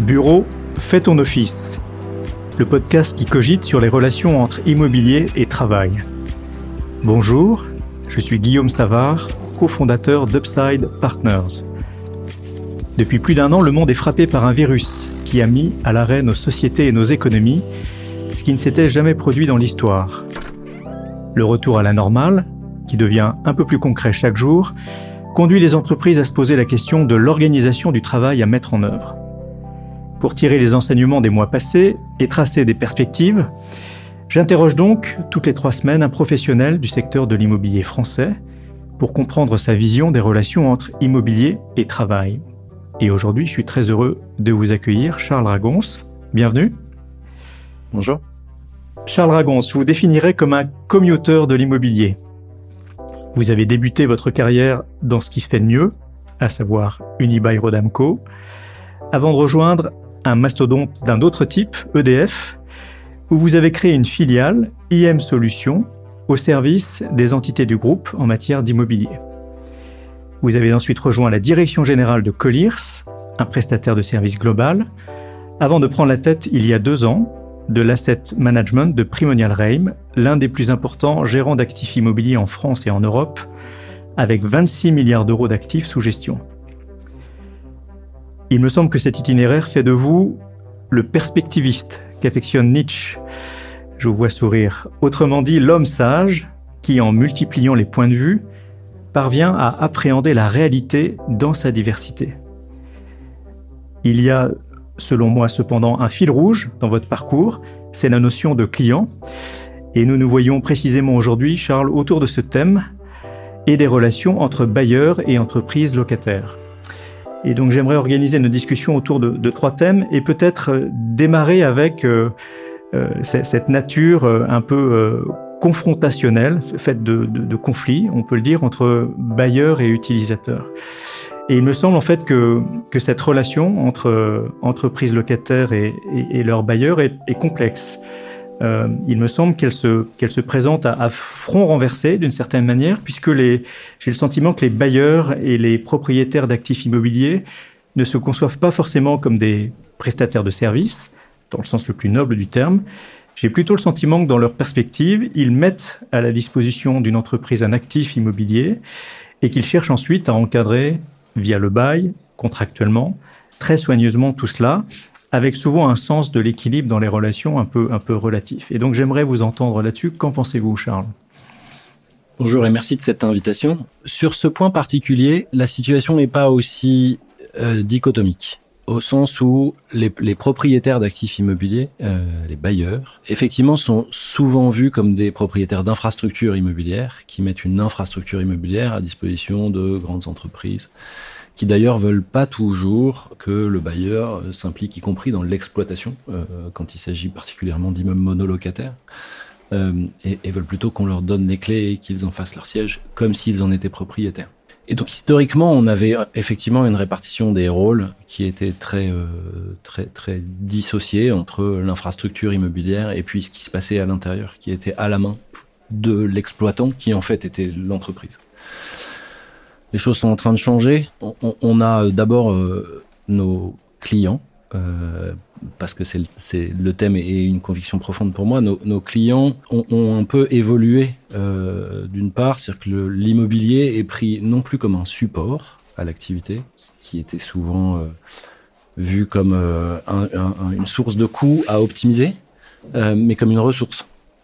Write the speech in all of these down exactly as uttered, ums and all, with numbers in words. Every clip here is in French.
Bureau, fais ton office. Le podcast qui cogite sur les relations entre immobilier et travail. Bonjour, je suis Guillaume Savard, cofondateur d'Upside Partners. Depuis plus d'un an, le monde est frappé par un virus qui a mis à l'arrêt nos sociétés et nos économies, ce qui ne s'était jamais produit dans l'histoire. Le retour à la normale, qui devient un peu plus concret chaque jour, conduit les entreprises à se poser la question de l'organisation du travail à mettre en œuvre. Pour tirer les enseignements des mois passés et tracer des perspectives, j'interroge donc toutes les trois semaines un professionnel du secteur de l'immobilier français pour comprendre sa vision des relations entre immobilier et travail. Et aujourd'hui, je suis très heureux de vous accueillir, Charles Ragonce. Bienvenue. Bonjour. Charles Ragonce, je vous définirais comme un commuteur de l'immobilier. Vous avez débuté votre carrière dans ce qui se fait de mieux, à savoir Unibail-Rodamco, avant de rejoindre un mastodonte d'un autre type, E D F, où vous avez créé une filiale, I M Solutions, au service des entités du groupe en matière d'immobilier. Vous avez ensuite rejoint la direction générale de Colliers, un prestataire de services global, avant de prendre la tête il y a deux ans de l'asset management de Primonial Reim, l'un des plus importants gérants d'actifs immobiliers en France et en Europe, avec vingt-six milliards d'euros d'actifs sous gestion. Il me semble que cet itinéraire fait de vous le perspectiviste qu'affectionne Nietzsche. Je vous vois sourire. Autrement dit, l'homme sage qui, en multipliant les points de vue, parvient à appréhender la réalité dans sa diversité. Il y a, selon moi cependant, un fil rouge dans votre parcours, c'est la notion de client. Et nous nous voyons précisément aujourd'hui, Charles, autour de ce thème et des relations entre bailleurs et entreprises locataires. Et donc j'aimerais organiser une discussion autour de, de trois thèmes et peut-être euh, démarrer avec euh, euh, cette nature euh, un peu euh, confrontationnelle, faite de, de, de conflits, on peut le dire, entre bailleurs et utilisateurs. Et il me semble en fait que, que cette relation entre euh, entreprises locataires et, et, et leurs bailleurs est, est complexe. Euh, il me semble qu'elle se, qu'elle se présente à, à front renversé d'une certaine manière, puisque les, j'ai le sentiment que les bailleurs et les propriétaires d'actifs immobiliers ne se conçoivent pas forcément comme des prestataires de services, dans le sens le plus noble du terme. J'ai plutôt le sentiment que dans leur perspective, ils mettent à la disposition d'une entreprise un actif immobilier et qu'ils cherchent ensuite à encadrer, via le bail, contractuellement, très soigneusement tout cela, avec souvent un sens de l'équilibre dans les relations un peu, un peu relatif. Et donc, j'aimerais vous entendre là-dessus. Qu'en pensez-vous, Charles ? Bonjour et merci de cette invitation. Sur ce point particulier, la situation n'est pas aussi euh, dichotomique, au sens où les, les propriétaires d'actifs immobiliers, euh, les bailleurs, effectivement, sont souvent vus comme des propriétaires d'infrastructures immobilières qui mettent une infrastructure immobilière à disposition de grandes entreprises, qui d'ailleurs veulent pas toujours que le bailleur s'implique, y compris dans l'exploitation, euh, quand il s'agit particulièrement d'immeubles monolocataires, euh, et, et veulent plutôt qu'on leur donne les clés et qu'ils en fassent leur siège comme s'ils en étaient propriétaires. Et donc historiquement, on avait effectivement une répartition des rôles qui était très euh, très très dissociée entre l'infrastructure immobilière et puis ce qui se passait à l'intérieur, qui était à la main de l'exploitant, qui en fait était l'entreprise. Les choses sont en train de changer. On, on, on a d'abord euh, nos clients, euh, parce que c'est le, c'est le thème et une conviction profonde pour moi. Nos, nos clients ont, ont un peu évolué, euh, d'une part, c'est-à-dire que le, l'immobilier est pris non plus comme un support à l'activité, qui était souvent euh, vu comme euh, un, un, une source de coûts à optimiser, euh, mais comme une ressource.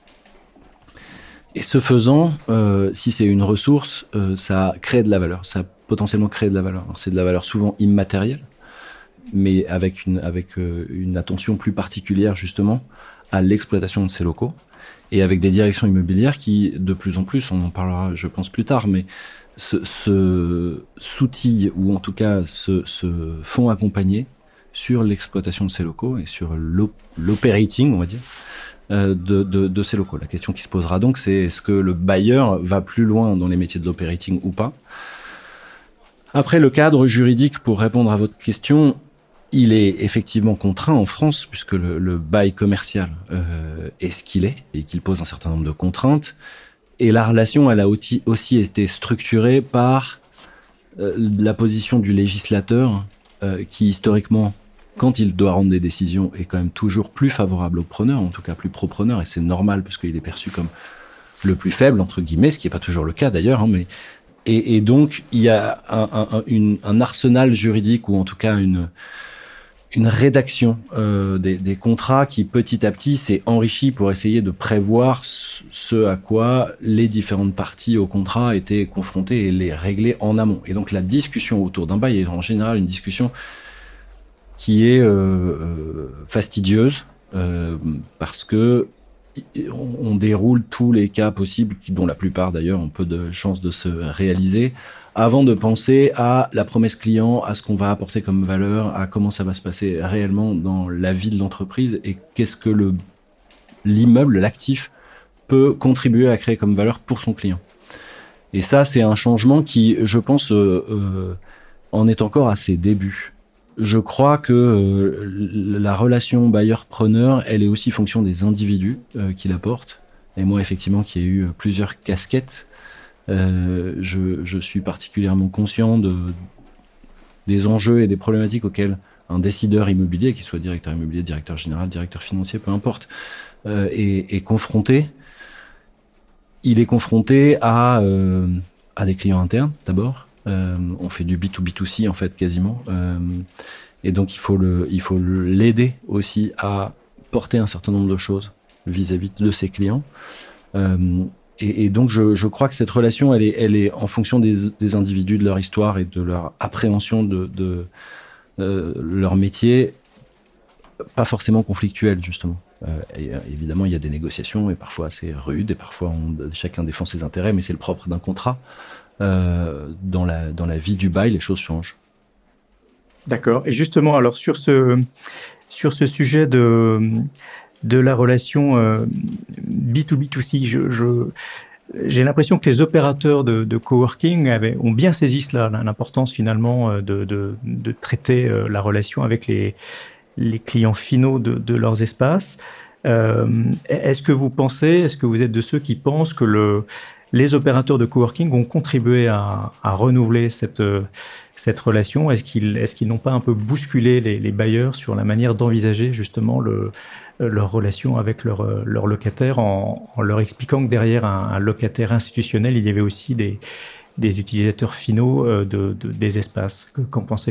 Et ce faisant, euh, si c'est une ressource, euh, ça crée de la valeur, ça a potentiellement créé de la valeur. Alors, c'est de la valeur souvent immatérielle, mais avec une, avec euh, une attention plus particulière justement à l'exploitation de ces locaux, et avec des directions immobilières qui, de plus en plus, on en parlera je pense plus tard, mais se, se s'outillent, ou en tout cas se, se font accompagner sur l'exploitation de ces locaux et sur l'op- l'operating, on va dire, De, de, de ces locaux. La question qui se posera donc, c'est est-ce que le bailleur va plus loin dans les métiers de l'operating ou pas ? Après, le cadre juridique, pour répondre à votre question, il est effectivement contraint en France, puisque le, le bail commercial euh, est ce qu'il est, et qu'il pose un certain nombre de contraintes. Et la relation, elle a aussi, aussi été structurée par euh, la position du législateur, euh, qui historiquement quand il doit rendre des décisions, est quand même toujours plus favorable au preneur, en tout cas plus pro-preneur, et c'est normal parce qu'il est perçu comme le plus faible, entre guillemets, ce qui n'est pas toujours le cas d'ailleurs, hein, mais et, et donc il y a un, un, une, un arsenal juridique, ou en tout cas une une rédaction euh, des, des contrats qui petit à petit s'est enrichie pour essayer de prévoir ce à quoi les différentes parties au contrat étaient confrontées et les régler en amont. Et donc la discussion autour d'un bail est en général une discussion qui est euh, euh, fastidieuse euh, parce que on, on déroule tous les cas possibles, dont la plupart d'ailleurs ont peu de chances de se réaliser, avant de penser à la promesse client, à ce qu'on va apporter comme valeur, à comment ça va se passer réellement dans la vie de l'entreprise et qu'est-ce que le, l'immeuble, l'actif, peut contribuer à créer comme valeur pour son client. Et ça, c'est un changement qui, je pense, euh, euh, en est encore à ses débuts. Je crois que euh, la relation bailleur-preneur, elle est aussi fonction des individus euh, qui la portent. Et moi, effectivement, qui ai eu plusieurs casquettes, Euh, je, je suis particulièrement conscient de, des enjeux et des problématiques auxquels un décideur immobilier, qu'il soit directeur immobilier, directeur général, directeur financier, peu importe, euh, est, est confronté. Il est confronté à, euh, à des clients internes, d'abord. Euh, on fait du B deux B deux C, en fait, quasiment. Euh, et donc, il faut, le, il faut l'aider aussi à porter un certain nombre de choses vis-à-vis de ses clients. Euh, Et, et donc, je, je crois que cette relation, elle est, elle est en fonction des, des individus, de leur histoire et de leur appréhension de, de euh, leur métier, pas forcément conflictuelle, justement. Euh, et, évidemment, il y a des négociations, et parfois assez rudes, et parfois on, chacun défend ses intérêts, mais c'est le propre d'un contrat. Euh, dans la, dans la vie du bail, les choses changent. D'accord. Et justement, alors sur ce, sur ce sujet de... de la relation euh, B deux B deux C. Je, je, j'ai l'impression que les opérateurs de, de coworking avaient, ont bien saisi cela, l'importance finalement de, de, de traiter euh, la relation avec les, les clients finaux de, de leurs espaces. Euh, est-ce que vous pensez, est-ce que vous êtes de ceux qui pensent que le, les opérateurs de coworking ont contribué à, à renouveler cette, cette relation? Est-ce qu'ils, est-ce qu'ils n'ont pas un peu bousculé les, les bailleurs sur la manière d'envisager justement le leur relation avec leur, leur locataire en, en leur expliquant que derrière un, un locataire institutionnel, il y avait aussi des, des utilisateurs finaux de, de, des espaces. Qu'en pensez-vous ?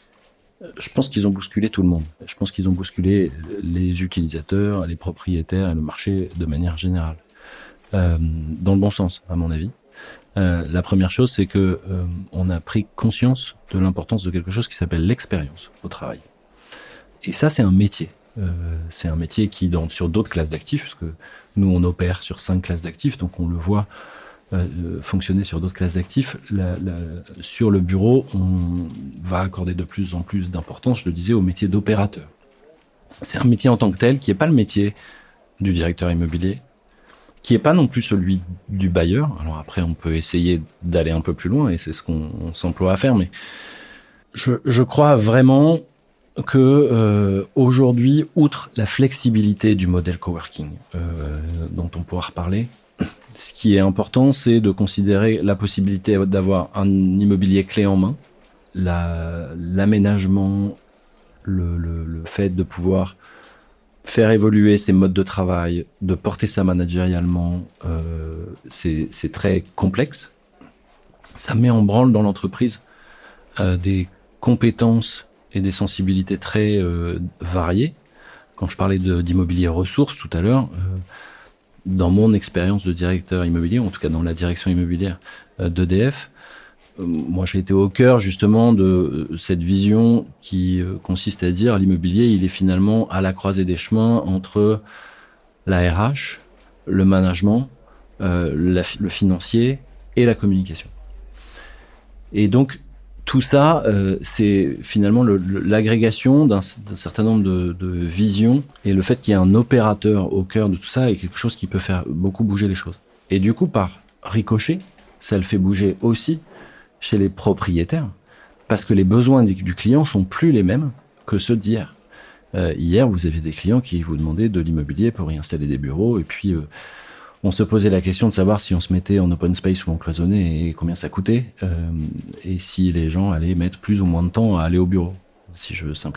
Je pense qu'ils ont bousculé tout le monde. Je pense qu'ils ont bousculé les utilisateurs, les propriétaires et le marché de manière générale. Euh, dans le bon sens, à mon avis. Euh, la première chose, c'est que euh, on a pris conscience de l'importance de quelque chose qui s'appelle l'expérience au travail. Et ça, c'est un métier. Euh, c'est un métier qui, dans, sur d'autres classes d'actifs, parce que nous, on opère sur cinq classes d'actifs, donc on le voit euh, fonctionner sur d'autres classes d'actifs. La, la, sur le bureau, on va accorder de plus en plus d'importance, je le disais, au métier d'opérateur. C'est un métier en tant que tel qui n'est pas le métier du directeur immobilier, qui n'est pas non plus celui du bailleur. Alors après, on peut essayer d'aller un peu plus loin, et c'est ce qu'on on s'emploie à faire, mais je, je crois vraiment que euh, aujourd'hui, outre la flexibilité du modèle coworking, euh, dont on pourra reparler, ce qui est important, c'est de considérer la possibilité d'avoir un immobilier clé en main, la, l'aménagement, le, le, le fait de pouvoir faire évoluer ses modes de travail, de porter ça managérialement, euh, c'est, c'est très complexe. Ça met en branle dans l'entreprise euh, des compétences et des sensibilités très euh, variées. Quand je parlais de, d'immobilier ressources tout à l'heure, euh, dans mon expérience de directeur immobilier, en tout cas dans la direction immobilière euh, d'E D F, euh, moi j'ai été au cœur justement de euh, cette vision qui euh, consiste à dire l'immobilier, il est finalement à la croisée des chemins entre la R H, le management, euh, la, le financier et la communication. Et donc, tout ça, euh, c'est finalement le, le, l'agrégation d'un, d'un certain nombre de, de visions, et le fait qu'il y ait un opérateur au cœur de tout ça est quelque chose qui peut faire beaucoup bouger les choses. Et du coup, par ricochet, ça le fait bouger aussi chez les propriétaires, parce que les besoins du, du client sont plus les mêmes que ceux d'hier. Euh, hier, vous avez des clients qui vous demandaient de l'immobilier pour y installer des bureaux, et puis euh, on se posait la question de savoir si on se mettait en open space ou en cloisonné et combien ça coûtait, euh, et si les gens allaient mettre plus ou moins de temps à aller au bureau, si je simplifie.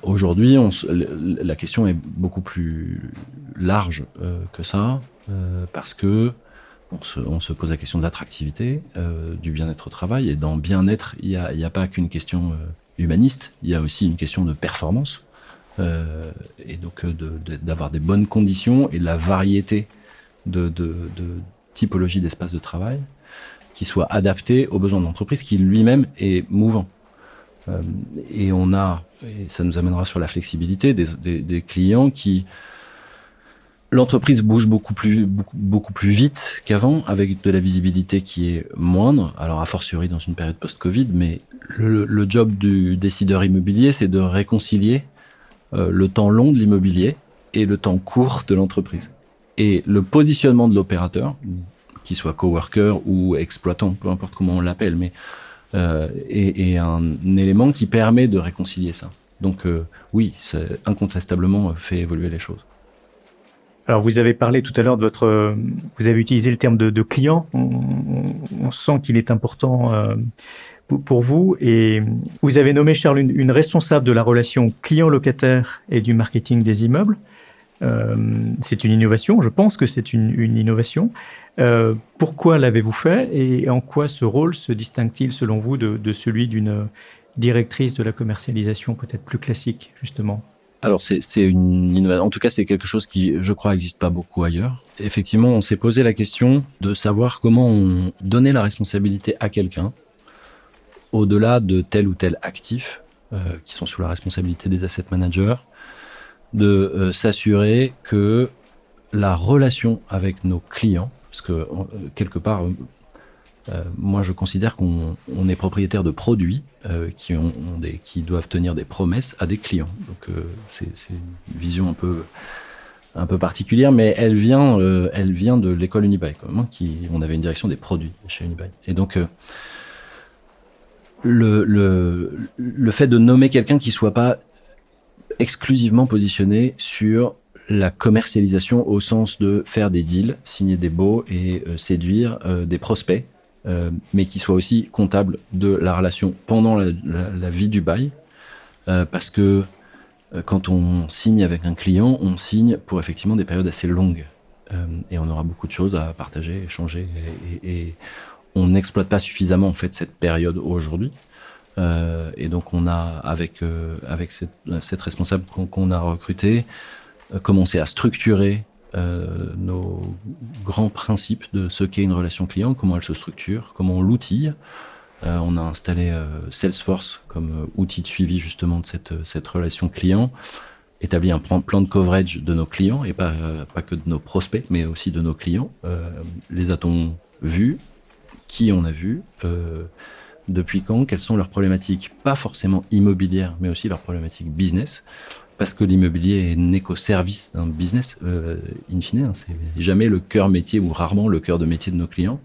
Aujourd'hui, on, la question est beaucoup plus large euh, que ça, euh, parce que on se, on se pose la question de l'attractivité, euh, du bien-être au travail. Et dans bien-être, il n'y a, y a pas qu'une question euh, humaniste, il y a aussi une question de performance. Euh, et donc de, de, d'avoir des bonnes conditions et de la variété de, de, de typologie d'espace de travail qui soit adapté aux besoins de l'entreprise, qui lui-même est mouvant. Euh, et on a, et ça nous amènera sur la flexibilité, des, des, des clients qui... L'entreprise bouge beaucoup plus, beaucoup, beaucoup plus vite qu'avant, avec de la visibilité qui est moindre, alors a fortiori dans une période post-Covid, mais le, le job du décideur immobilier, c'est de réconcilier euh, le temps long de l'immobilier et le temps court de l'entreprise. Et le positionnement de l'opérateur, qu'il soit coworker ou exploitant, peu importe comment on l'appelle, mais euh, est, est un élément qui permet de réconcilier ça. Donc euh, oui, ça incontestablement fait évoluer les choses. Alors, vous avez parlé tout à l'heure de votre... Vous avez utilisé le terme de, de client. On, on, on sent qu'il est important euh, pour, pour vous. Et vous avez nommé, Charles, une, une responsable de la relation client-locataire et du marketing des immeubles. Euh, c'est une innovation. Je pense que c'est une, une innovation. Euh, pourquoi l'avez-vous fait et en quoi ce rôle se distingue-t-il, selon vous, de, de celui d'une directrice de la commercialisation peut-être plus classique, justement ? Alors c'est, c'est une innovation. En tout cas, c'est quelque chose qui, je crois, n'existe pas beaucoup ailleurs. Effectivement, on s'est posé la question de savoir comment on donnait la responsabilité à quelqu'un au-delà de tel ou tel actif euh, qui sont sous la responsabilité des asset managers, de euh, s'assurer que la relation avec nos clients, parce que euh, quelque part, euh, moi je considère qu'on on est propriétaire de produits euh, qui, ont, ont des, qui doivent tenir des promesses à des clients. Donc euh, c'est, c'est une vision un peu, un peu particulière, mais elle vient, euh, elle vient de l'école Unibail quand même, hein, qui, on avait une direction des produits chez Unibail. Et donc euh, le, le, le fait de nommer quelqu'un qui soit pas exclusivement positionné sur la commercialisation au sens de faire des deals, signer des baux et euh, séduire euh, des prospects, euh, mais qui soit aussi comptable de la relation pendant la, la, la vie du bail, euh, parce que euh, quand on signe avec un client, on signe pour effectivement des périodes assez longues, euh, et on aura beaucoup de choses à partager, échanger, et, et, et on n'exploite pas suffisamment en fait cette période aujourd'hui. Euh, et donc on a avec euh, avec cette, cette responsable qu'on, qu'on a recrutée euh, commencé à structurer euh, nos grands principes de ce qu'est une relation client, comment elle se structure, comment on l'outille. Euh, on a installé euh, Salesforce comme euh, outil de suivi justement de cette cette relation client, établi un plan, plan de coverage de nos clients et pas euh, pas que de nos prospects, mais aussi de nos clients. Euh, les a-t-on vus? Qui on a vu? euh, Depuis quand? Quelles sont leurs problématiques, pas forcément immobilières, mais aussi leurs problématiques business, parce que l'immobilier n'est qu'au service d'un business, euh, in fine, hein, c'est jamais le cœur métier ou rarement le cœur de métier de nos clients.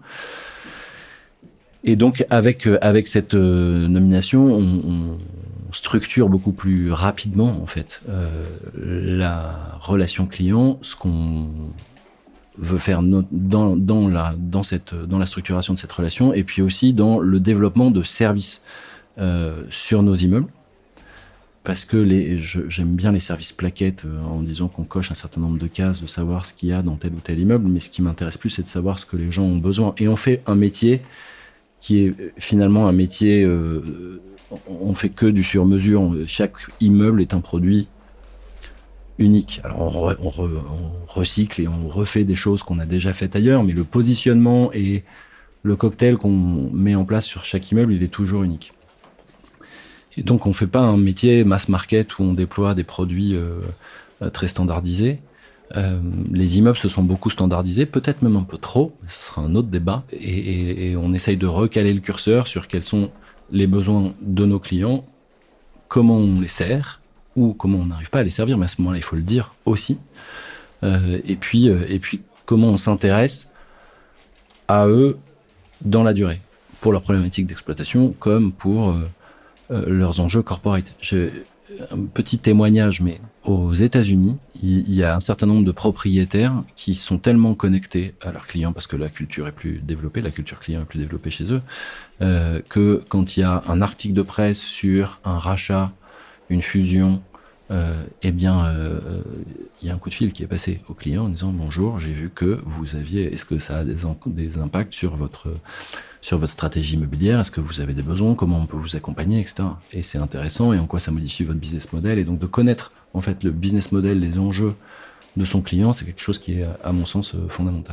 Et donc, avec avec cette euh, nomination, on, on structure beaucoup plus rapidement, en fait, euh, la relation client, ce qu'on veut faire no- dans dans la dans cette dans la structuration de cette relation, et puis aussi dans le développement de services euh, sur nos immeubles, parce que les je, j'aime bien les services plaquettes euh, en disant qu'on coche un certain nombre de cases, de savoir ce qu'il y a dans tel ou tel immeuble, mais ce qui m'intéresse plus, c'est de savoir ce que les gens ont besoin. Et on fait un métier qui est finalement un métier, euh, on fait que du sur-mesure. Chaque immeuble est un produit unique. Alors on, re, on, re, on recycle et on refait des choses qu'on a déjà faites ailleurs, mais le positionnement et le cocktail qu'on met en place sur chaque immeuble, il est toujours unique. Et donc on fait pas un métier mass market où on déploie des produits euh, très standardisés. Euh, les immeubles se sont beaucoup standardisés, peut-être même un peu trop, ce sera un autre débat, et, et, et on essaye de recaler le curseur sur quels sont les besoins de nos clients, comment on les sert, ou comment on n'arrive pas à les servir, mais à ce moment-là, il faut le dire aussi. Euh, et puis, euh, et puis, comment on s'intéresse à eux dans la durée, pour leurs problématiques d'exploitation, comme pour euh, euh, leurs enjeux corporate. J'ai un petit témoignage, mais aux États-Unis, il y a un certain nombre de propriétaires qui sont tellement connectés à leurs clients, parce que la culture est plus développée, la culture client est plus développée chez eux, euh, que quand il y a un article de presse sur un rachat, une fusion, euh, eh bien, euh, il y a un coup de fil qui est passé au client en disant bonjour, j'ai vu que vous aviez, est-ce que ça a des, en, des impacts sur votre sur votre stratégie immobilière, est-ce que vous avez des besoins, comment on peut vous accompagner, et cetera. Et c'est intéressant, et en quoi ça modifie votre business model, et donc de connaître en fait le business model, les enjeux de son client, c'est quelque chose qui est à mon sens fondamental.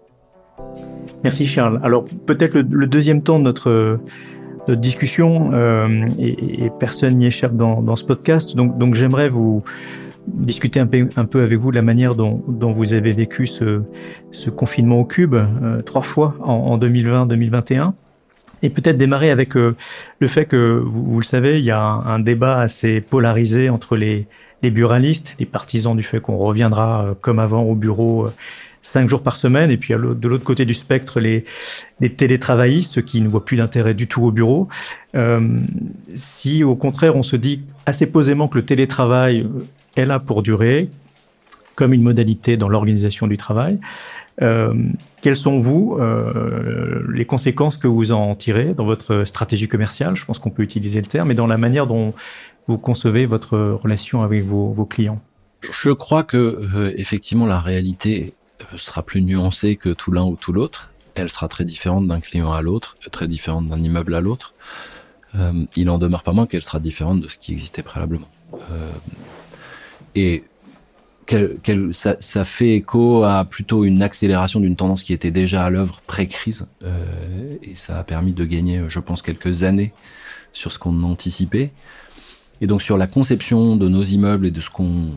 Merci Charles. Alors peut-être le, le deuxième temps de notre, notre discussion, euh, et, et personne n'y échappe dans, dans ce podcast, donc, donc j'aimerais vous discuter un peu, un peu avec vous de la manière dont, dont vous avez vécu ce, ce confinement au cube, euh, trois fois en, en deux mille vingt deux mille vingt et un. Et peut-être démarrer avec euh, le fait que, vous, vous le savez, il y a un, un débat assez polarisé entre les, les buralistes, les partisans du fait qu'on reviendra euh, comme avant au bureau euh, cinq jours par semaine, et puis à l'autre, de l'autre côté du spectre, les, les télétravaillistes, ceux qui ne voient plus d'intérêt du tout au bureau. Euh, si au contraire on se dit assez posément que le télétravail est là pour durer, comme une modalité dans l'organisation du travail, euh, quelles sont, vous, euh, les conséquences que vous en tirez dans votre stratégie commerciale, je pense qu'on peut utiliser le terme, et dans la manière dont vous concevez votre relation avec vos, vos clients? Je crois que euh, effectivement la réalité sera plus nuancée que tout l'un ou tout l'autre. Elle sera très différente d'un client à l'autre, très différente d'un immeuble à l'autre. Euh, il en demeure pas moins qu'elle sera différente de ce qui existait préalablement. Euh, et qu'elle, qu'elle, ça, ça fait écho à plutôt une accélération d'une tendance qui était déjà à l'œuvre pré-crise. Euh, et ça a permis de gagner, je pense, quelques années sur ce qu'on anticipait. Et donc sur la conception de nos immeubles et de ce qu'on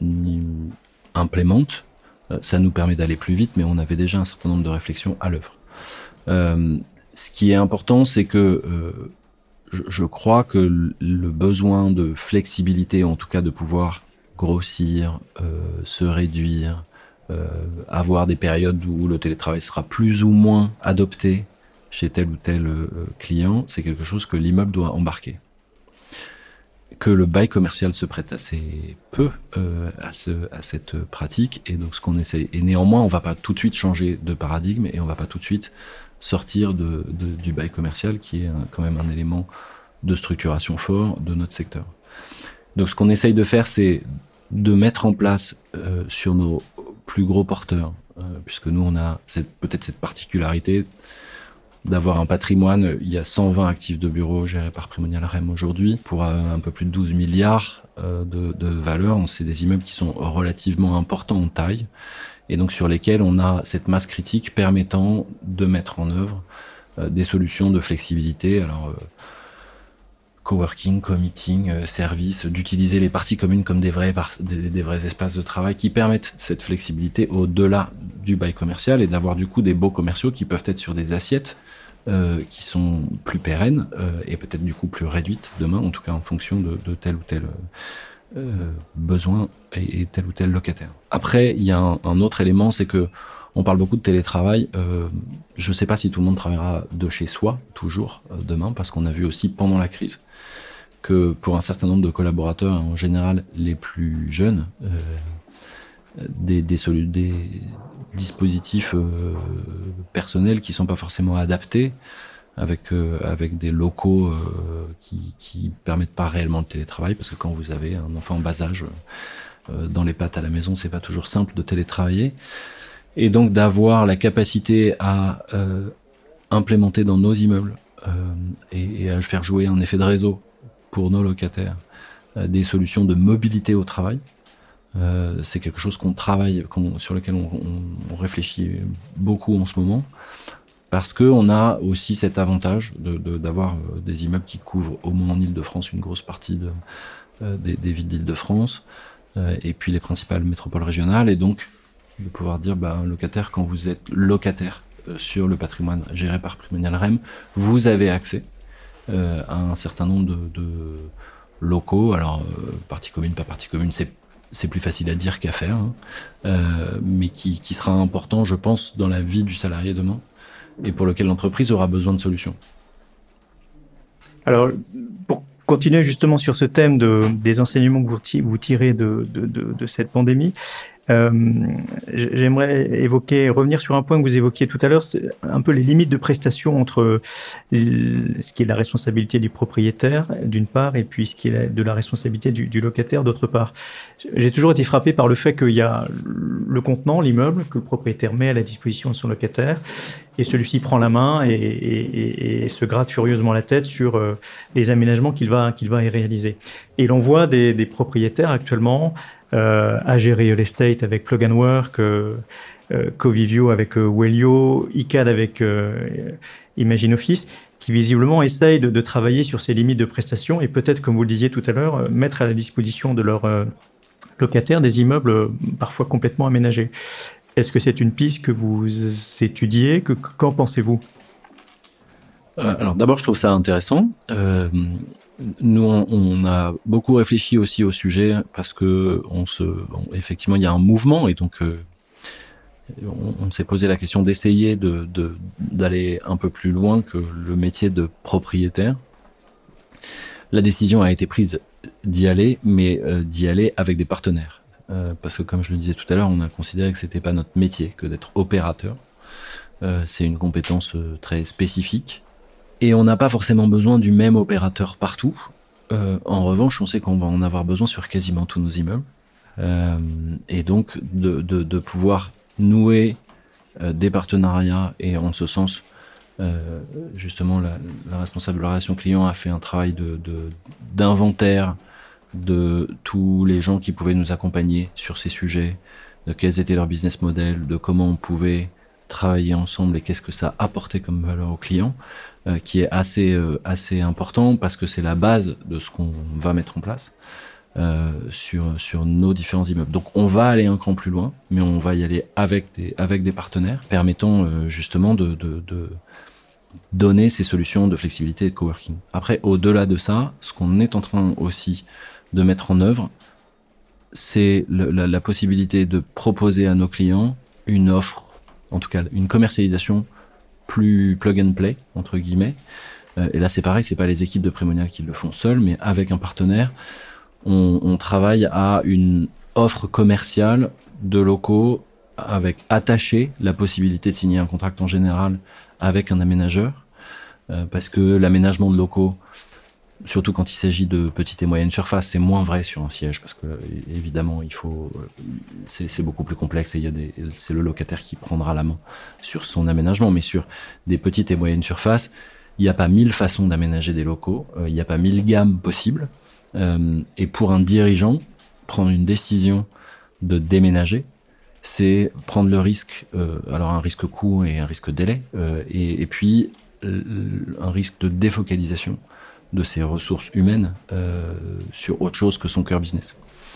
implémente, ça nous permet d'aller plus vite, mais on avait déjà un certain nombre de réflexions à l'œuvre. Euh, ce qui est important, c'est que euh, je, je crois que le besoin de flexibilité, en tout cas de pouvoir grossir, euh, se réduire, euh, avoir des périodes où le télétravail sera plus ou moins adopté chez tel ou tel euh, client, c'est quelque chose que l'immeuble doit embarquer. Que le bail commercial se prête assez peu euh, à, ce, à cette pratique, et donc ce qu'on essaie, et néanmoins on va pas tout de suite changer de paradigme, et on va pas tout de suite sortir de, de, du bail commercial qui est un, quand même un élément de structuration fort de notre secteur. Donc ce qu'on essaye de faire, c'est de mettre en place euh, sur nos plus gros porteurs, euh, puisque nous on a cette, peut-être cette particularité d'avoir un patrimoine. Il y a cent vingt actifs de bureaux gérés par Primonial R E M aujourd'hui pour un peu plus de douze milliards de, de valeur. C'est des immeubles qui sont relativement importants en taille et donc sur lesquels on a cette masse critique permettant de mettre en œuvre des solutions de flexibilité. Alors, euh, coworking, co-meeting, euh, service, d'utiliser les parties communes comme des vrais, par- des, des vrais espaces de travail qui permettent cette flexibilité au-delà du bail commercial et d'avoir du coup des baux commerciaux qui peuvent être sur des assiettes Euh, qui sont plus pérennes euh, et peut-être du coup plus réduites demain, en tout cas en fonction de, de tel ou tel euh, besoin et, et tel ou tel locataire. Après, il y a un, un autre élément, c'est que on parle beaucoup de télétravail. Euh, je ne sais pas si tout le monde travaillera de chez soi toujours euh, demain, parce qu'on a vu aussi pendant la crise que pour un certain nombre de collaborateurs, en général les plus jeunes, euh, des, des, solu- des dispositifs euh, personnels qui sont pas forcément adaptés, avec euh, avec des locaux euh, qui qui permettent pas réellement le télétravail, parce que quand vous avez un enfant en bas âge euh, dans les pattes à la maison, c'est pas toujours simple de télétravailler, et donc d'avoir la capacité à euh, implémenter dans nos immeubles euh, et, et à faire jouer un effet de réseau pour nos locataires euh, des solutions de mobilité au travail. Euh, c'est quelque chose qu'on travaille, qu'on, sur lequel on, on, on réfléchit beaucoup en ce moment, parce que on a aussi cet avantage de, de, d'avoir euh, des immeubles qui couvrent au moins en Île-de-France une grosse partie de, euh, des, des villes d'Île-de-France, euh, et puis les principales métropoles régionales, et donc de pouvoir dire, bah, un locataire, quand vous êtes locataire euh, sur le patrimoine géré par Primonial R E M, vous avez accès euh, à un certain nombre de, de locaux. Alors euh, partie commune, pas partie commune, c'est c'est plus facile à dire qu'à faire, hein, euh, mais qui, qui sera important, je pense, dans la vie du salarié demain, et pour lequel l'entreprise aura besoin de solutions. Alors, pour continuer justement sur ce thème de, des enseignements que vous, vous tirez de, de, de, de cette pandémie, Euh, j'aimerais évoquer, revenir sur un point que vous évoquiez tout à l'heure, c'est un peu les limites de prestation entre ce qui est la responsabilité du propriétaire d'une part et puis ce qui est de la responsabilité du, du locataire d'autre part. J'ai toujours été frappé par le fait qu'il y a le contenant, l'immeuble, que le propriétaire met à la disposition de son locataire et celui-ci prend la main et, et, et se gratte furieusement la tête sur les aménagements qu'il va, qu'il va y réaliser. Et l'on voit des, des propriétaires actuellement Euh, A G Real Estate avec Plug and Work, euh, euh, Covivio avec euh, Wellio, I C A D avec euh, Imagine Office, qui visiblement essayent de, de travailler sur ces limites de prestations et peut-être, comme vous le disiez tout à l'heure, euh, mettre à la disposition de leurs euh, locataires des immeubles euh, parfois complètement aménagés. Est-ce que c'est une piste que vous étudiez? que, Qu'en pensez-vous? euh, Alors d'abord, je trouve ça intéressant. Euh, Nous, on, on a beaucoup réfléchi aussi au sujet parce que on se, on, effectivement, il y a un mouvement et donc euh, on, on s'est posé la question d'essayer de, de, d'aller un peu plus loin que le métier de propriétaire. La décision a été prise d'y aller, mais euh, d'y aller avec des partenaires, euh, parce que comme je le disais tout à l'heure, on a considéré que c'était pas notre métier que d'être opérateur. Euh, c'est une compétence euh, très spécifique. Et on n'a pas forcément besoin du même opérateur partout. Euh, en revanche, on sait qu'on va en avoir besoin sur quasiment tous nos immeubles. Euh, et donc, de, de, de pouvoir nouer euh, des partenariats. Et en ce sens, euh, justement, la, la responsable de la relation client a fait un travail de, de, d'inventaire de tous les gens qui pouvaient nous accompagner sur ces sujets, de quels étaient leurs business models, de comment on pouvait travailler ensemble et qu'est-ce que ça apportait comme valeur aux clients. Euh, qui est assez euh, assez important parce que c'est la base de ce qu'on va mettre en place euh, sur sur nos différents immeubles. Donc on va aller un cran plus loin, mais on va y aller avec des avec des partenaires permettant euh, justement de, de de donner ces solutions de flexibilité et de coworking. Après, au-delà de ça, ce qu'on est en train aussi de mettre en œuvre, c'est le, la, la possibilité de proposer à nos clients une offre, en tout cas une commercialisation plus plug and play entre guillemets. Euh, et là c'est pareil, c'est pas les équipes de Primonial qui le font seules, mais avec un partenaire, on, on travaille à une offre commerciale de locaux avec attaché la possibilité de signer un contrat en général avec un aménageur, euh, parce que l'aménagement de locaux, surtout quand il s'agit de petites et moyennes surfaces, c'est moins vrai sur un siège parce que évidemment il faut, c'est, c'est beaucoup plus complexe et il y a des, c'est le locataire qui prendra la main sur son aménagement. Mais sur des petites et moyennes surfaces, il n'y a pas mille façons d'aménager des locaux, euh, il n'y a pas mille gammes possibles. Euh, et pour un dirigeant, prendre une décision de déménager, c'est prendre le risque, euh, alors un risque coût et un risque délai, euh, et, et puis euh, un risque de défocalisation de ses ressources humaines euh, sur autre chose que son cœur business.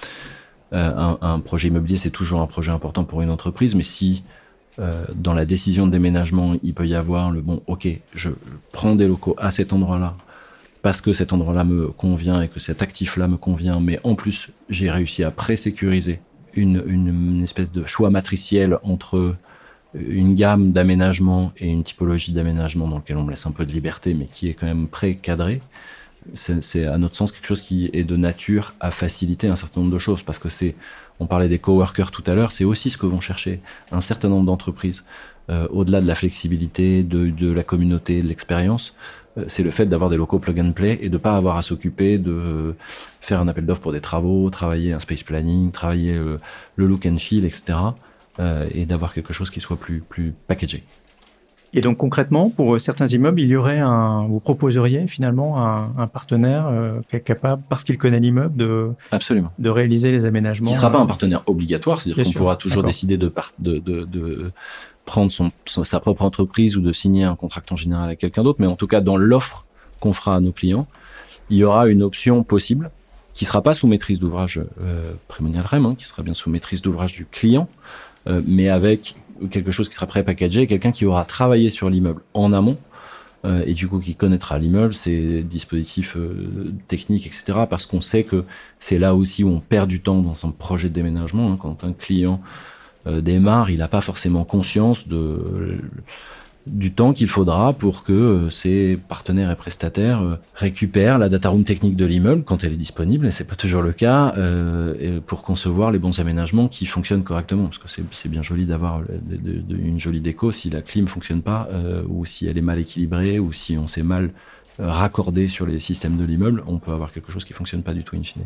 Euh, un, un projet immobilier, c'est toujours un projet important pour une entreprise, mais si euh, dans la décision de déménagement, il peut y avoir le bon, ok, je prends des locaux à cet endroit-là parce que cet endroit-là me convient et que cet actif-là me convient, mais en plus, j'ai réussi à pré-sécuriser une, une, une espèce de choix matriciel entre une gamme d'aménagement et une typologie d'aménagement dans lequel on me laisse un peu de liberté, mais qui est quand même pré-cadré. C'est, c'est à notre sens quelque chose qui est de nature à faciliter un certain nombre de choses, parce que c'est, on parlait des coworkers tout à l'heure, c'est aussi ce que vont chercher un certain nombre d'entreprises, euh, au-delà de la flexibilité, de, de la communauté, de l'expérience, euh, c'est le fait d'avoir des locaux plug and play et de pas avoir à s'occuper de faire un appel d'offres pour des travaux, travailler un space planning, travailler le, le look and feel, et cetera. Euh, et d'avoir quelque chose qui soit plus, plus packagé. Et donc concrètement, pour certains immeubles, il y aurait un, vous proposeriez finalement un, un partenaire euh, qui est capable, parce qu'il connaît l'immeuble, de, Absolument. de réaliser les aménagements. Qui ne sera pas un partenaire obligatoire, c'est-à-dire Bien qu'on sûr. pourra toujours D'accord. décider de, part, de, de, de prendre son, son, sa propre entreprise ou de signer un contrat en général avec quelqu'un d'autre, mais en tout cas dans l'offre qu'on fera à nos clients, il y aura une option possible qui ne sera pas sous maîtrise d'ouvrage euh, Primonial R E M, hein, qui sera bien sous maîtrise d'ouvrage du client, Euh, mais avec quelque chose qui sera pré-packagé, quelqu'un qui aura travaillé sur l'immeuble en amont, euh, et du coup qui connaîtra l'immeuble, ses dispositifs euh, techniques, et cetera. Parce qu'on sait que c'est là aussi où on perd du temps dans un projet de déménagement. Hein. Quand un client euh, démarre, il n'a pas forcément conscience de du temps qu'il faudra pour que euh, ces partenaires et prestataires euh, récupèrent la data room technique de l'immeuble quand elle est disponible, et c'est pas toujours le cas, euh, pour concevoir les bons aménagements qui fonctionnent correctement. Parce que c'est, c'est bien joli d'avoir de, de, de, une jolie déco si la clim fonctionne pas, euh, ou si elle est mal équilibrée, ou si on s'est mal euh, raccordé sur les systèmes de l'immeuble, on peut avoir quelque chose qui fonctionne pas du tout in fine.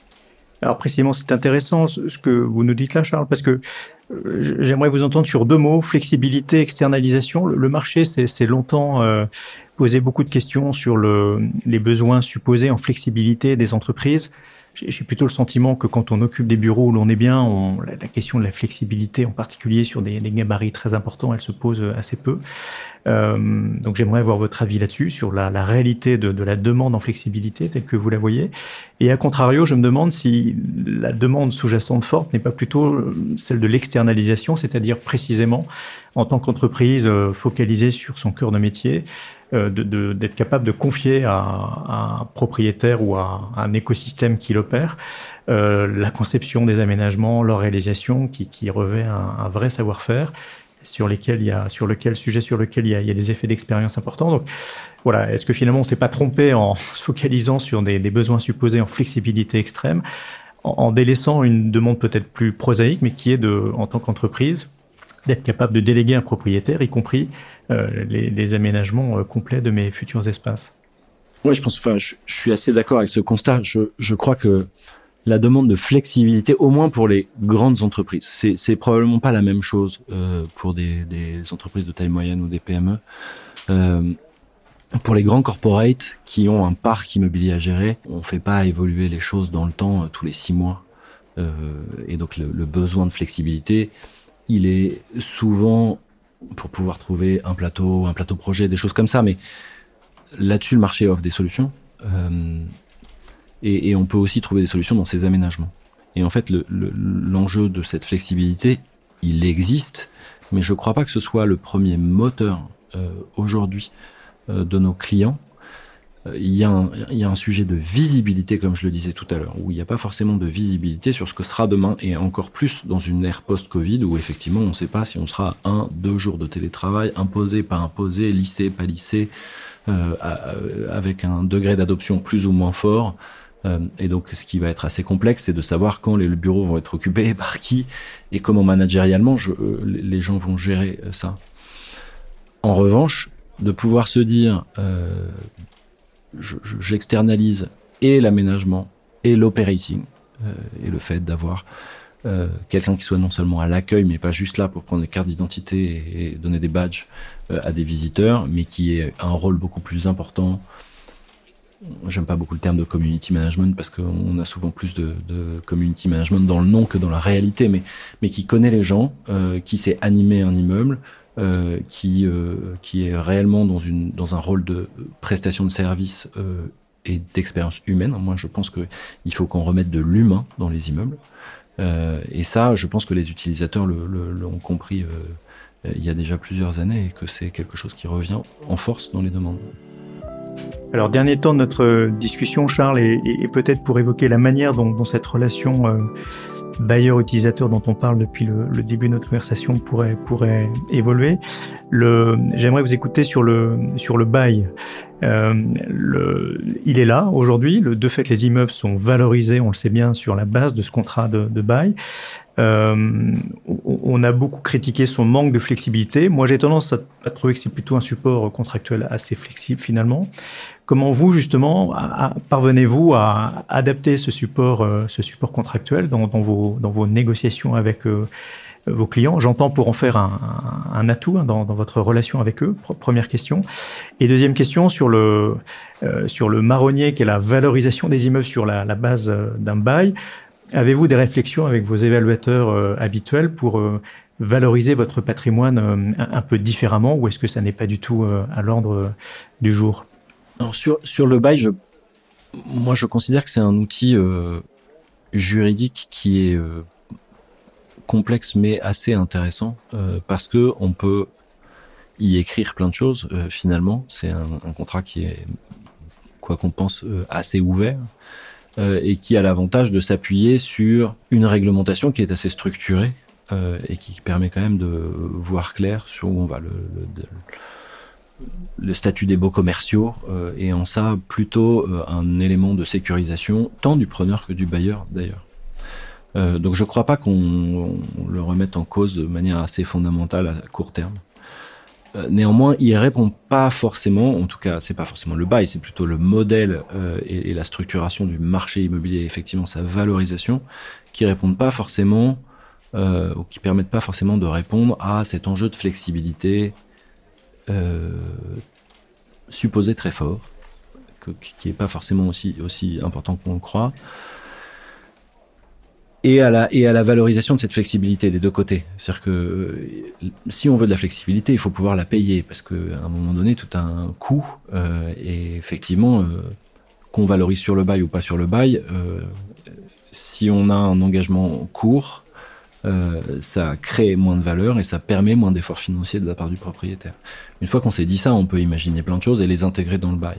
Alors précisément, c'est intéressant ce que vous nous dites là, Charles, parce que j'aimerais vous entendre sur deux mots, flexibilité, externalisation. Le marché s'est, s'est longtemps euh, posé beaucoup de questions sur le, les besoins supposés en flexibilité des entreprises. J'ai, j'ai plutôt le sentiment que quand on occupe des bureaux où l'on est bien, on, la, la question de la flexibilité, en particulier sur des, des gabarits très importants, elle se pose assez peu. Euh, donc j'aimerais avoir votre avis là-dessus, sur la, la réalité de, de la demande en flexibilité telle que vous la voyez. Et à contrario, je me demande si la demande sous-jacente forte n'est pas plutôt celle de l'externalisation, c'est-à-dire précisément en tant qu'entreprise euh, focalisée sur son cœur de métier, euh, de, de, d'être capable de confier à, à un propriétaire ou à, à un écosystème qui l'opère euh, la conception des aménagements, leur réalisation, qui, qui revêt un, un vrai savoir-faire, sur lesquels il y a, sur lequel sujet sur lequel il y a, il y a des effets d'expérience importants. Donc voilà, est-ce que finalement on s'est pas trompé en se focalisant sur des, des besoins supposés en flexibilité extrême, en, en délaissant une demande peut-être plus prosaïque, mais qui est de, en tant qu'entreprise, d'être capable de déléguer un propriétaire, y compris euh, les, les aménagements euh, complets de mes futurs espaces. Oui, je pense, enfin, je, je suis assez d'accord avec ce constat. Je, je crois que la demande de flexibilité, au moins pour les grandes entreprises, c'est, c'est probablement pas la même chose euh, pour des, des entreprises de taille moyenne ou des P M E. Euh, pour les grands corporates qui ont un parc immobilier à gérer, on fait pas évoluer les choses dans le temps euh, tous les six mois. Euh, et donc le, le besoin de flexibilité, il est souvent pour pouvoir trouver un plateau, un plateau projet, des choses comme ça. Mais là-dessus, le marché offre des solutions. Euh, Et, et on peut aussi trouver des solutions dans ces aménagements. Et en fait, le, le, l'enjeu de cette flexibilité, il existe, mais je ne crois pas que ce soit le premier moteur euh, aujourd'hui euh, de nos clients. Euh, il y a un, il y a un sujet de visibilité, comme je le disais tout à l'heure, où il n'y a pas forcément de visibilité sur ce que sera demain, et encore plus dans une ère post-Covid, où effectivement, on ne sait pas si on sera à un, deux jours de télétravail, imposé, pas imposé, lissé, pas lissé, euh, avec un degré d'adoption plus ou moins fort. Euh, et donc, ce qui va être assez complexe, c'est de savoir quand les bureaux vont être occupés, par qui, et comment managérialement je, euh, les gens vont gérer ça. En revanche, de pouvoir se dire, euh, je, je, j'externalise et l'aménagement et l'operating, euh, et le fait d'avoir euh, quelqu'un qui soit non seulement à l'accueil, mais pas juste là pour prendre des cartes d'identité et, et donner des badges euh, à des visiteurs, mais qui ait un rôle beaucoup plus important. J'aime pas beaucoup le terme de community management parce qu'on a souvent plus de, de community management dans le nom que dans la réalité, mais, mais qui connaît les gens, euh, qui sait animer un immeuble, euh, qui, euh, qui est réellement dans, une, dans un rôle de prestation de service euh, et d'expérience humaine. Moi, je pense qu'il faut qu'on remette de l'humain dans les immeubles. Euh, et ça, je pense que les utilisateurs le, le, l'ont compris euh, il y a déjà plusieurs années et que c'est quelque chose qui revient en force dans les demandes. Alors, dernier temps de notre discussion, Charles, et, et, et peut-être pour évoquer la manière dont, dont cette relation euh, bailleur-utilisateur dont on parle depuis le, le début de notre conversation pourrait, pourrait évoluer, le, j'aimerais vous écouter sur le, sur le bail. Euh, le, il est là aujourd'hui. Le, de fait, les immeubles sont valorisés, on le sait bien, sur la base de ce contrat de, de bail. Euh, on a beaucoup critiqué son manque de flexibilité. Moi, j'ai tendance à, à trouver que c'est plutôt un support contractuel assez flexible finalement. Comment vous, justement, à, à, parvenez-vous à adapter ce support, euh, ce support contractuel dans, dans, vos, dans vos négociations avec euh, vos clients? J'entends pour en faire un, un, un atout hein, dans, dans votre relation avec eux. Première question. Et deuxième question sur le, euh, sur le marronnier qui est la valorisation des immeubles sur la, la base d'un bail. Avez-vous des réflexions avec vos évaluateurs euh, habituels pour euh, valoriser votre patrimoine euh, un, un peu différemment, ou est-ce que ça n'est pas du tout euh, à l'ordre euh, du jour? Alors sur, sur le bail, je, moi je considère que c'est un outil euh, juridique qui est euh, complexe mais assez intéressant euh, parce que on peut y écrire plein de choses. Euh, finalement, c'est un, un contrat qui est, quoi qu'on pense, euh, assez ouvert. Euh, et qui a l'avantage de s'appuyer sur une réglementation qui est assez structurée euh, et qui permet quand même de voir clair sur où on va. Le, le, le statut des baux commerciaux euh, est en ça plutôt euh, un élément de sécurisation, tant du preneur que du bailleur d'ailleurs. Euh, donc je ne crois pas qu'on on le remette en cause de manière assez fondamentale à court terme. Euh, néanmoins, il répond pas forcément, en tout cas, c'est pas forcément le bail, c'est plutôt le modèle euh, et, et la structuration du marché immobilier, effectivement sa valorisation, qui répondent pas forcément, euh, ou qui permettent pas forcément de répondre à cet enjeu de flexibilité euh, supposé très fort, que, qui est pas forcément aussi aussi important qu'on le croit. Et à, la, et à la valorisation de cette flexibilité des deux côtés. C'est-à-dire que euh, si on veut de la flexibilité, il faut pouvoir la payer, parce qu'à un moment donné, tout a un coût. Euh, et effectivement, euh, qu'on valorise sur le bail ou pas sur le bail, euh, si on a un engagement court, euh, ça crée moins de valeur et ça permet moins d'efforts financiers de la part du propriétaire. Une fois qu'on s'est dit ça, on peut imaginer plein de choses et les intégrer dans le bail.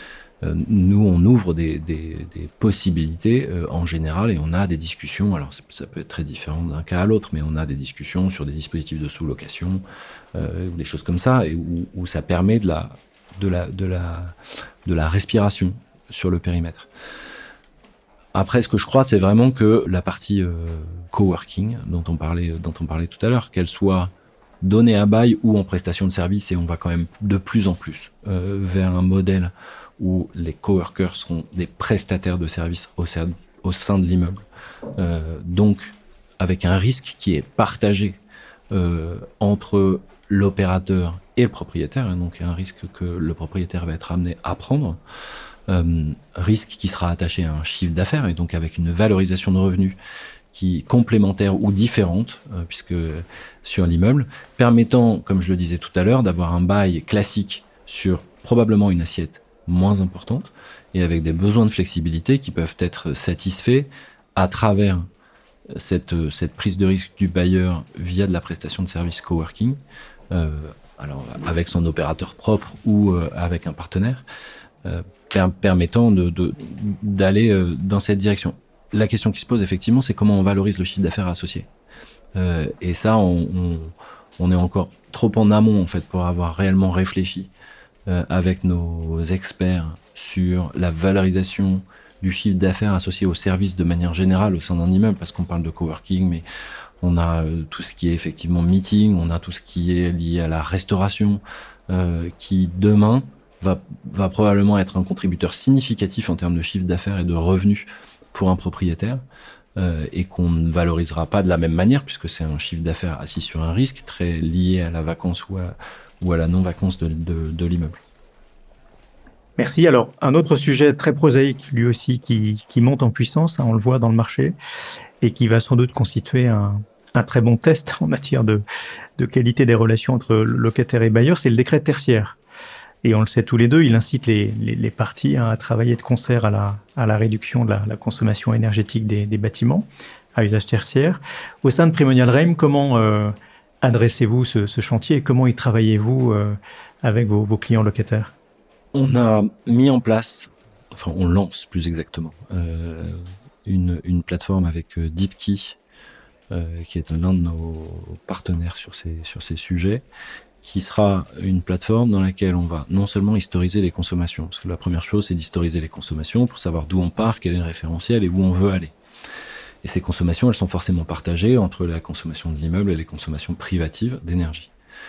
Nous, on ouvre des, des, des possibilités euh, en général et on a des discussions. Alors, ça peut être très différent d'un cas à l'autre, mais on a des discussions sur des dispositifs de sous-location euh, ou des choses comme ça, et où, où ça permet de la, de la, de la, de la respiration sur le périmètre. Après, ce que je crois, c'est vraiment que la partie euh, coworking dont on parlait, dont on parlait tout à l'heure, qu'elle soit donnée à bail ou en prestation de service, et on va quand même de plus en plus euh, vers un modèle où les coworkers seront des prestataires de services au, au sein de l'immeuble. Euh, donc, avec un risque qui est partagé euh, entre l'opérateur et le propriétaire, hein, donc un risque que le propriétaire va être amené à prendre, euh, risque qui sera attaché à un chiffre d'affaires, et donc avec une valorisation de revenus qui est complémentaire ou différente, euh, puisque sur l'immeuble, permettant, comme je le disais tout à l'heure, d'avoir un bail classique sur probablement une assiette moins importante et avec des besoins de flexibilité qui peuvent être satisfaits à travers cette, cette prise de risque du bailleur via de la prestation de service coworking, euh, alors avec son opérateur propre ou euh, avec un partenaire, euh, per- permettant de, de, d'aller euh, dans cette direction. La question qui se pose effectivement, c'est comment on valorise le chiffre d'affaires associé. Euh, et ça, on, on, on est encore trop en amont en fait pour avoir réellement réfléchi Euh, avec nos experts sur la valorisation du chiffre d'affaires associé aux services de manière générale au sein d'un immeuble, parce qu'on parle de coworking, mais on a euh, tout ce qui est effectivement meeting, on a tout ce qui est lié à la restauration, euh, qui demain va, va probablement être un contributeur significatif en termes de chiffre d'affaires et de revenus pour un propriétaire, euh, et qu'on ne valorisera pas de la même manière, puisque c'est un chiffre d'affaires assis sur un risque très lié à la vacance ou à ou à la non-vacance de, de, de l'immeuble. Merci. Alors, un autre sujet très prosaïque, lui aussi, qui, qui monte en puissance, hein, on le voit dans le marché, et qui va sans doute constituer un, un très bon test en matière de, de qualité des relations entre locataires et bailleurs, c'est le décret tertiaire. Et on le sait tous les deux, il incite les, les, les parties hein, à travailler de concert à la, à la réduction de la, la consommation énergétique des, des bâtiments à usage tertiaire. Au sein de Primonial Reim, comment... Euh, adressez-vous ce, ce chantier et comment y travaillez-vous euh, avec vos, vos clients locataires? On a mis en place, enfin on lance plus exactement, euh, une, une plateforme avec euh, Deepkey, euh, qui est l'un de nos partenaires sur ces, sur ces sujets, qui sera une plateforme dans laquelle on va non seulement historiser les consommations, parce que la première chose c'est d'historiser les consommations pour savoir d'où on part, quel est le référentiel et où on veut aller. Et ces consommations, elles sont forcément partagées entre la consommation de l'immeuble et les consommations privatives d'énergie.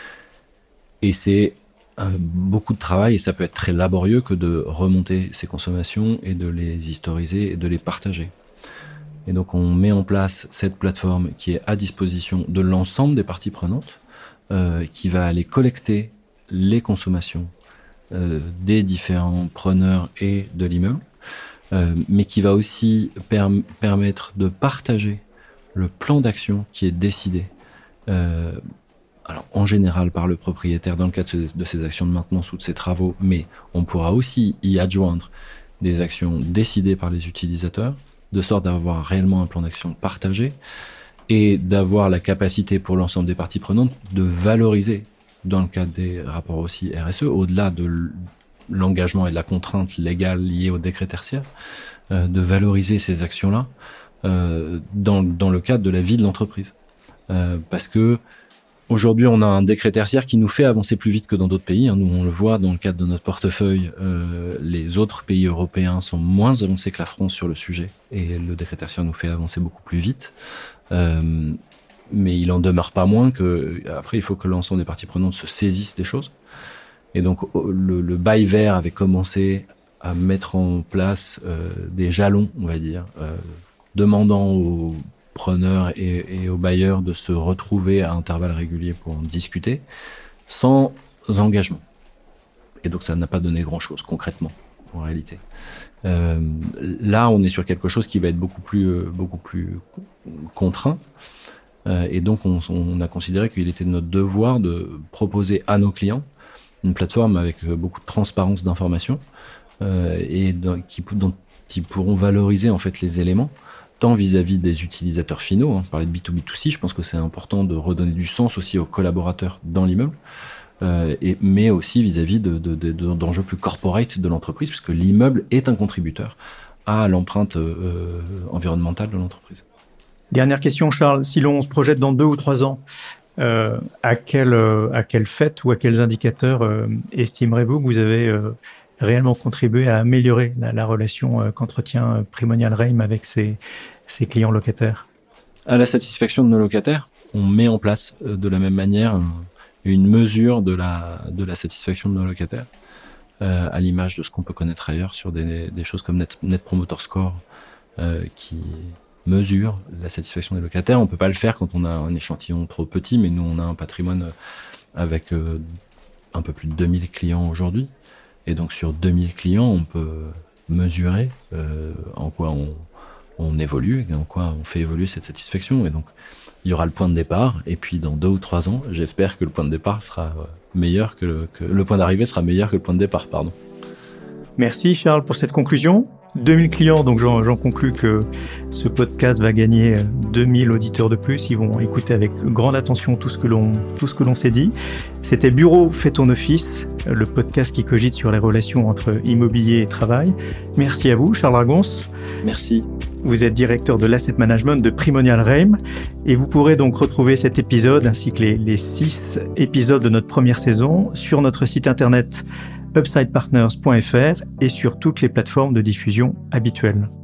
Et c'est euh, beaucoup de travail, et ça peut être très laborieux que de remonter ces consommations et de les historiser et de les partager. Et donc on met en place cette plateforme qui est à disposition de l'ensemble des parties prenantes, euh, qui va aller collecter les consommations euh, des différents preneurs et de l'immeuble, Euh, mais qui va aussi per- permettre de partager le plan d'action qui est décidé, euh, alors en général par le propriétaire dans le cadre de, de ses actions de maintenance ou de ses travaux, mais on pourra aussi y adjoindre des actions décidées par les utilisateurs, de sorte d'avoir réellement un plan d'action partagé et d'avoir la capacité pour l'ensemble des parties prenantes de valoriser, dans le cadre des rapports aussi R S E, au-delà de l- l'engagement et de la contrainte légale liée au décret tertiaire, euh, de valoriser ces actions-là euh, dans, dans le cadre de la vie de l'entreprise. euh, parce que aujourd'hui, on a un décret tertiaire qui nous fait avancer plus vite que dans d'autres pays. Nous, on le voit dans le cadre de notre portefeuille. Euh, les autres pays européens sont moins avancés que la France sur le sujet. Et le décret tertiaire nous fait avancer beaucoup plus vite. Euh, mais il en demeure pas moins que, après, il faut que l'ensemble des parties prenantes se saisissent des choses. Et donc, le, le bail vert avait commencé à mettre en place euh, des jalons, on va dire, euh, demandant aux preneurs et, et aux bailleurs de se retrouver à intervalles réguliers pour en discuter, sans engagement. Et donc ça n'a pas donné grand-chose concrètement, en réalité. Euh, là, on est sur quelque chose qui va être beaucoup plus, euh, beaucoup plus contraint. Euh, et donc on, on a considéré qu'il était de notre devoir de proposer à nos clients une plateforme avec beaucoup de transparence d'informations euh, et dans, qui, dont ils pourront valoriser en fait les éléments, tant vis-à-vis des utilisateurs finaux, hein, on parlait de B deux B deux C, je pense que c'est important de redonner du sens aussi aux collaborateurs dans l'immeuble, euh, et, mais aussi vis-à-vis de, de, de, de, d'enjeux plus corporate de l'entreprise, puisque l'immeuble est un contributeur à l'empreinte euh, environnementale de l'entreprise. Dernière question, Charles, si l'on se projette dans deux ou trois ans, euh, à, quel, euh, à quelle fête ou à quels indicateurs euh, estimerez-vous que vous avez euh, réellement contribué à améliorer la, la relation euh, qu'entretient Primonial Reim avec ses, ses clients locataires? À la satisfaction de nos locataires, on met en place euh, de la même manière une mesure de la, de la satisfaction de nos locataires, euh, à l'image de ce qu'on peut connaître ailleurs sur des, des choses comme Net, Net Promoter Score, euh, qui mesure la satisfaction des locataires. On peut pas le faire quand on a un échantillon trop petit, mais nous, on a un patrimoine avec euh, un peu plus de deux mille clients aujourd'hui. Et donc, sur deux mille clients, on peut mesurer euh, en quoi on, on évolue et en quoi on fait évoluer cette satisfaction. Et donc, il y aura le point de départ. Et puis, dans deux ou trois ans, j'espère que le point de départ sera meilleur que le, que le point d'arrivée sera meilleur que le point de départ, pardon. Merci Charles pour cette conclusion. deux mille clients, donc j'en, j'en conclus que ce podcast va gagner deux mille auditeurs de plus. Ils vont écouter avec grande attention tout ce que l'on, tout ce que l'on s'est dit. C'était Bureau fait ton office, le podcast qui cogite sur les relations entre immobilier et travail. Merci à vous, Charles Dragonce. Merci. Vous êtes directeur de l'asset management de Primonial Reim et vous pourrez donc retrouver cet épisode ainsi que les, les six épisodes de notre première saison sur notre site internet upsidepartners point f r et sur toutes les plateformes de diffusion habituelles.